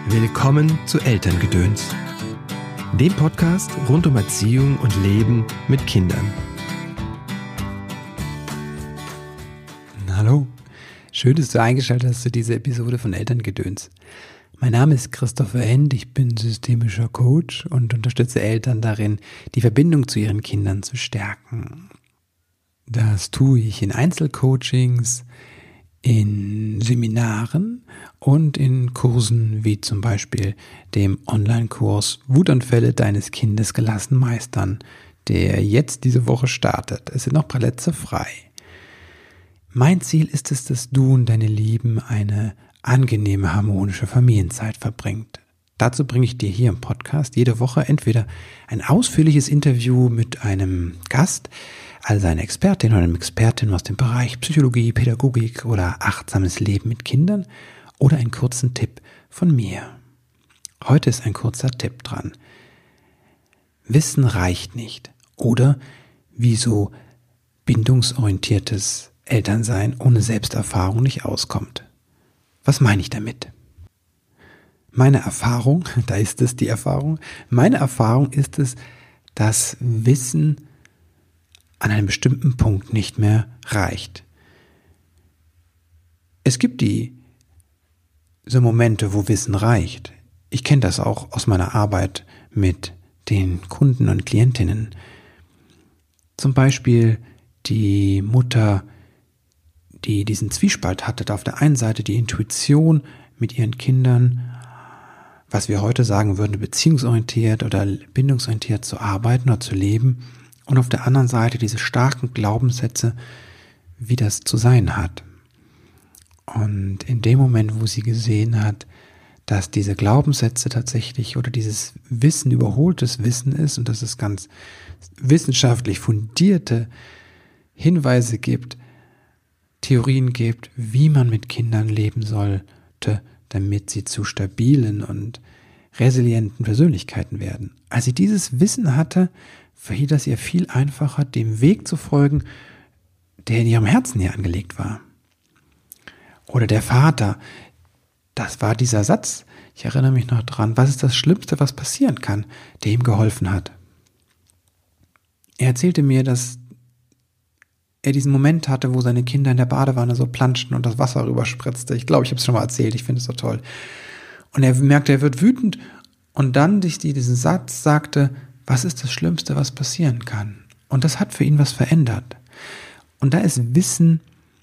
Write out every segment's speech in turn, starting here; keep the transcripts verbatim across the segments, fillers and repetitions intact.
Willkommen zu Elterngedöns, dem Podcast rund um Erziehung und Leben mit Kindern. Hallo, schön, dass du eingeschaltet hast zu dieser Episode von Elterngedöns. Mein Name ist Christopher End, ich bin systemischer Coach und unterstütze Eltern darin, die Verbindung zu ihren Kindern zu stärken. Das tue ich in Einzelcoachings, in Seminaren und in Kursen wie zum Beispiel dem Online-Kurs Wutanfälle deines Kindes gelassen meistern, der jetzt diese Woche startet. Es sind noch Plätze frei. Mein Ziel ist es, dass du und deine Lieben eine angenehme, harmonische Familienzeit verbringt. Dazu bringe ich dir hier im Podcast jede Woche entweder ein ausführliches Interview mit einem Gast, also eine Expertin oder einem Expertin aus dem Bereich Psychologie, Pädagogik oder achtsames Leben mit Kindern oder einen kurzen Tipp von mir. Heute ist ein kurzer Tipp dran. Wissen reicht nicht oder wieso bindungsorientiertes Elternsein ohne Selbsterfahrung nicht auskommt. Was meine ich damit? Meine Erfahrung, da ist es die Erfahrung, meine Erfahrung ist es, dass Wissen an einem bestimmten Punkt nicht mehr reicht. Es gibt die so Momente, wo Wissen reicht. Ich kenne das auch aus meiner Arbeit mit den Kunden und Klientinnen. Zum Beispiel die Mutter, die diesen Zwiespalt hatte, auf der einen Seite die Intuition mit ihren Kindern, was wir heute sagen würden, beziehungsorientiert oder bindungsorientiert zu arbeiten oder zu leben, und auf der anderen Seite diese starken Glaubenssätze, wie das zu sein hat. Und in dem Moment, wo sie gesehen hat, dass diese Glaubenssätze tatsächlich oder dieses Wissen überholtes Wissen ist und dass es ganz wissenschaftlich fundierte Hinweise gibt, Theorien gibt, wie man mit Kindern leben sollte, damit sie zu stabilen und resilienten Persönlichkeiten werden. Als sie dieses Wissen hatte, verhielt es ihr viel einfacher, dem Weg zu folgen, der in ihrem Herzen hier angelegt war. Oder der Vater, das war dieser Satz, ich erinnere mich noch dran, was ist das Schlimmste, was passieren kann, der ihm geholfen hat. Er erzählte mir, dass er diesen Moment hatte, wo seine Kinder in der Badewanne so planschten und das Wasser rüberspritzte. Ich glaube, ich habe es schon mal erzählt, ich finde es so toll. Und er merkte, er wird wütend und dann durch diesen Satz sagte, was ist das Schlimmste, was passieren kann? Und das hat für ihn was verändert. Und da ist Wissen,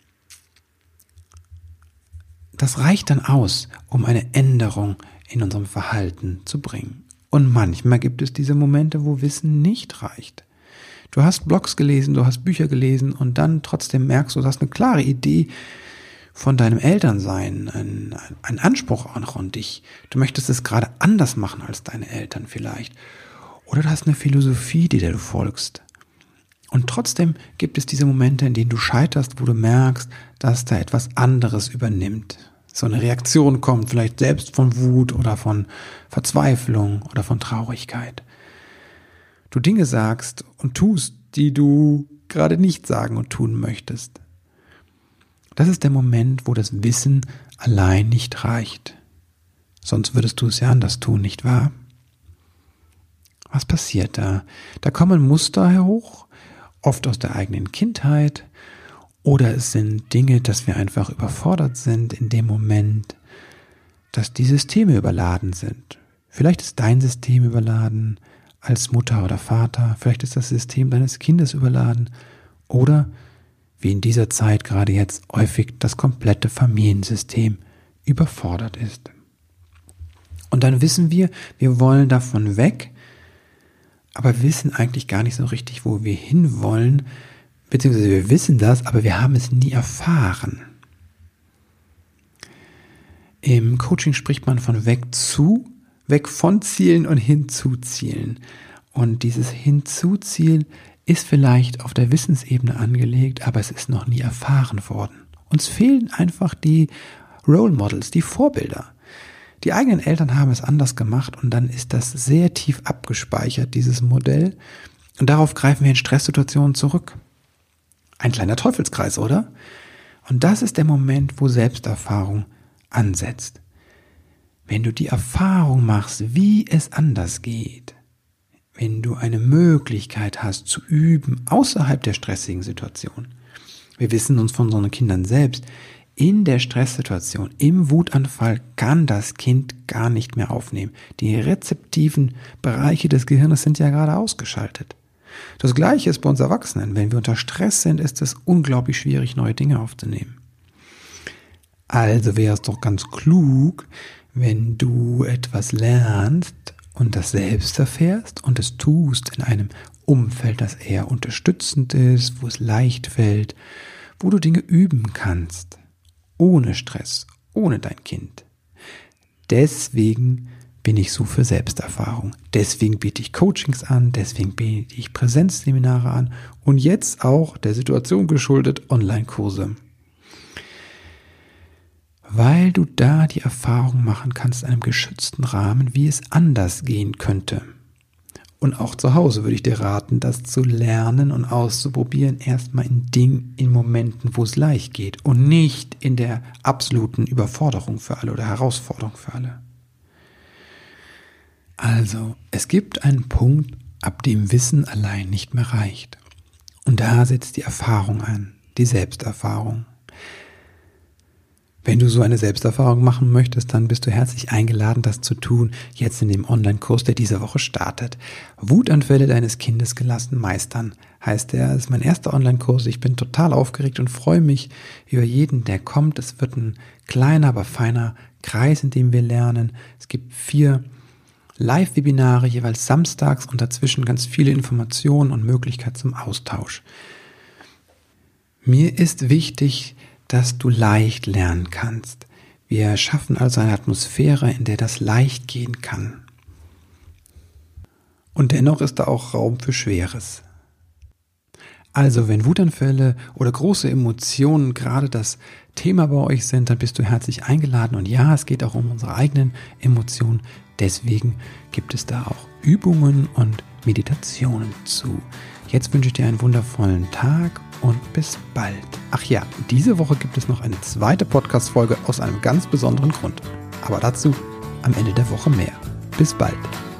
das reicht dann aus, um eine Änderung in unserem Verhalten zu bringen. Und manchmal gibt es diese Momente, wo Wissen nicht reicht. Du hast Blogs gelesen, du hast Bücher gelesen und dann trotzdem merkst du, du hast eine klare Idee von deinem Elternsein, ein, ein Anspruch auch noch an dich. Du möchtest es gerade anders machen als deine Eltern vielleicht. Oder du hast eine Philosophie, die du folgst. Und trotzdem gibt es diese Momente, in denen du scheiterst, wo du merkst, dass da etwas anderes übernimmt. So eine Reaktion kommt, vielleicht selbst von Wut oder von Verzweiflung oder von Traurigkeit. Du Dinge sagst und tust, die du gerade nicht sagen und tun möchtest. Das ist der Moment, wo das Wissen allein nicht reicht. Sonst würdest du es ja anders tun, nicht wahr? Was passiert da? Da kommen Muster hoch, oft aus der eigenen Kindheit, oder es sind Dinge, dass wir einfach überfordert sind in dem Moment, dass die Systeme überladen sind. Vielleicht ist dein System überladen als Mutter oder Vater, vielleicht ist das System deines Kindes überladen oder, wie in dieser Zeit gerade jetzt, häufig das komplette Familiensystem überfordert ist. Und dann wissen wir, wir wollen davon weg, aber wissen eigentlich gar nicht so richtig, wo wir hinwollen, beziehungsweise wir wissen das, aber wir haben es nie erfahren. Im Coaching spricht man von weg zu, weg von Zielen und hin zu Zielen. Und dieses Hinzuzielen ist vielleicht auf der Wissensebene angelegt, aber es ist noch nie erfahren worden. Uns fehlen einfach die Role Models, die Vorbilder. Die eigenen Eltern haben es anders gemacht und dann ist das sehr tief abgespeichert, dieses Modell. Und darauf greifen wir in Stresssituationen zurück. Ein kleiner Teufelskreis, oder? Und das ist der Moment, wo Selbsterfahrung ansetzt. Wenn du die Erfahrung machst, wie es anders geht, wenn du eine Möglichkeit hast zu üben außerhalb der stressigen Situation. Wir wissen uns von unseren Kindern selbst, in der Stresssituation, im Wutanfall kann das Kind gar nicht mehr aufnehmen. Die rezeptiven Bereiche des Gehirns sind ja gerade ausgeschaltet. Das Gleiche ist bei uns Erwachsenen. Wenn wir unter Stress sind, ist es unglaublich schwierig, neue Dinge aufzunehmen. Also wäre es doch ganz klug, wenn du etwas lernst und das selbst erfährst und es tust in einem Umfeld, das eher unterstützend ist, wo es leicht fällt, wo du Dinge üben kannst, ohne Stress, ohne dein Kind. Deswegen bin ich so für Selbsterfahrung. Deswegen biete ich Coachings an, deswegen biete ich Präsenzseminare an und jetzt auch der Situation geschuldet Online-Kurse. Weil du da die Erfahrung machen kannst in einem geschützten Rahmen, wie es anders gehen könnte. Und auch zu Hause würde ich dir raten, das zu lernen und auszuprobieren, erstmal in Dingen, in Momenten, wo es leicht geht und nicht in der absoluten Überforderung für alle oder Herausforderung für alle. Also, es gibt einen Punkt, ab dem Wissen allein nicht mehr reicht. Und da setzt die Erfahrung an, die Selbsterfahrung. Wenn du so eine Selbsterfahrung machen möchtest, dann bist du herzlich eingeladen, das zu tun, jetzt in dem Online-Kurs, der diese Woche startet. Wutanfälle deines Kindes gelassen meistern, heißt der. Das ist mein erster Online-Kurs. Ich bin total aufgeregt und freue mich über jeden, der kommt. Es wird ein kleiner, aber feiner Kreis, in dem wir lernen. Es gibt vier Live-Webinare, jeweils samstags und dazwischen ganz viele Informationen und Möglichkeiten zum Austausch. Mir ist wichtig, dass du leicht lernen kannst. Wir schaffen also eine Atmosphäre, in der das leicht gehen kann. Und dennoch ist da auch Raum für Schweres. Also, wenn Wutanfälle oder große Emotionen gerade das Thema bei euch sind, dann bist du herzlich eingeladen. Und ja, es geht auch um unsere eigenen Emotionen. Deswegen gibt es da auch Übungen und Meditationen zu. Jetzt wünsche ich dir einen wundervollen Tag und bis bald. Ach ja, diese Woche gibt es noch eine zweite Podcast-Folge aus einem ganz besonderen Grund. Aber dazu am Ende der Woche mehr. Bis bald.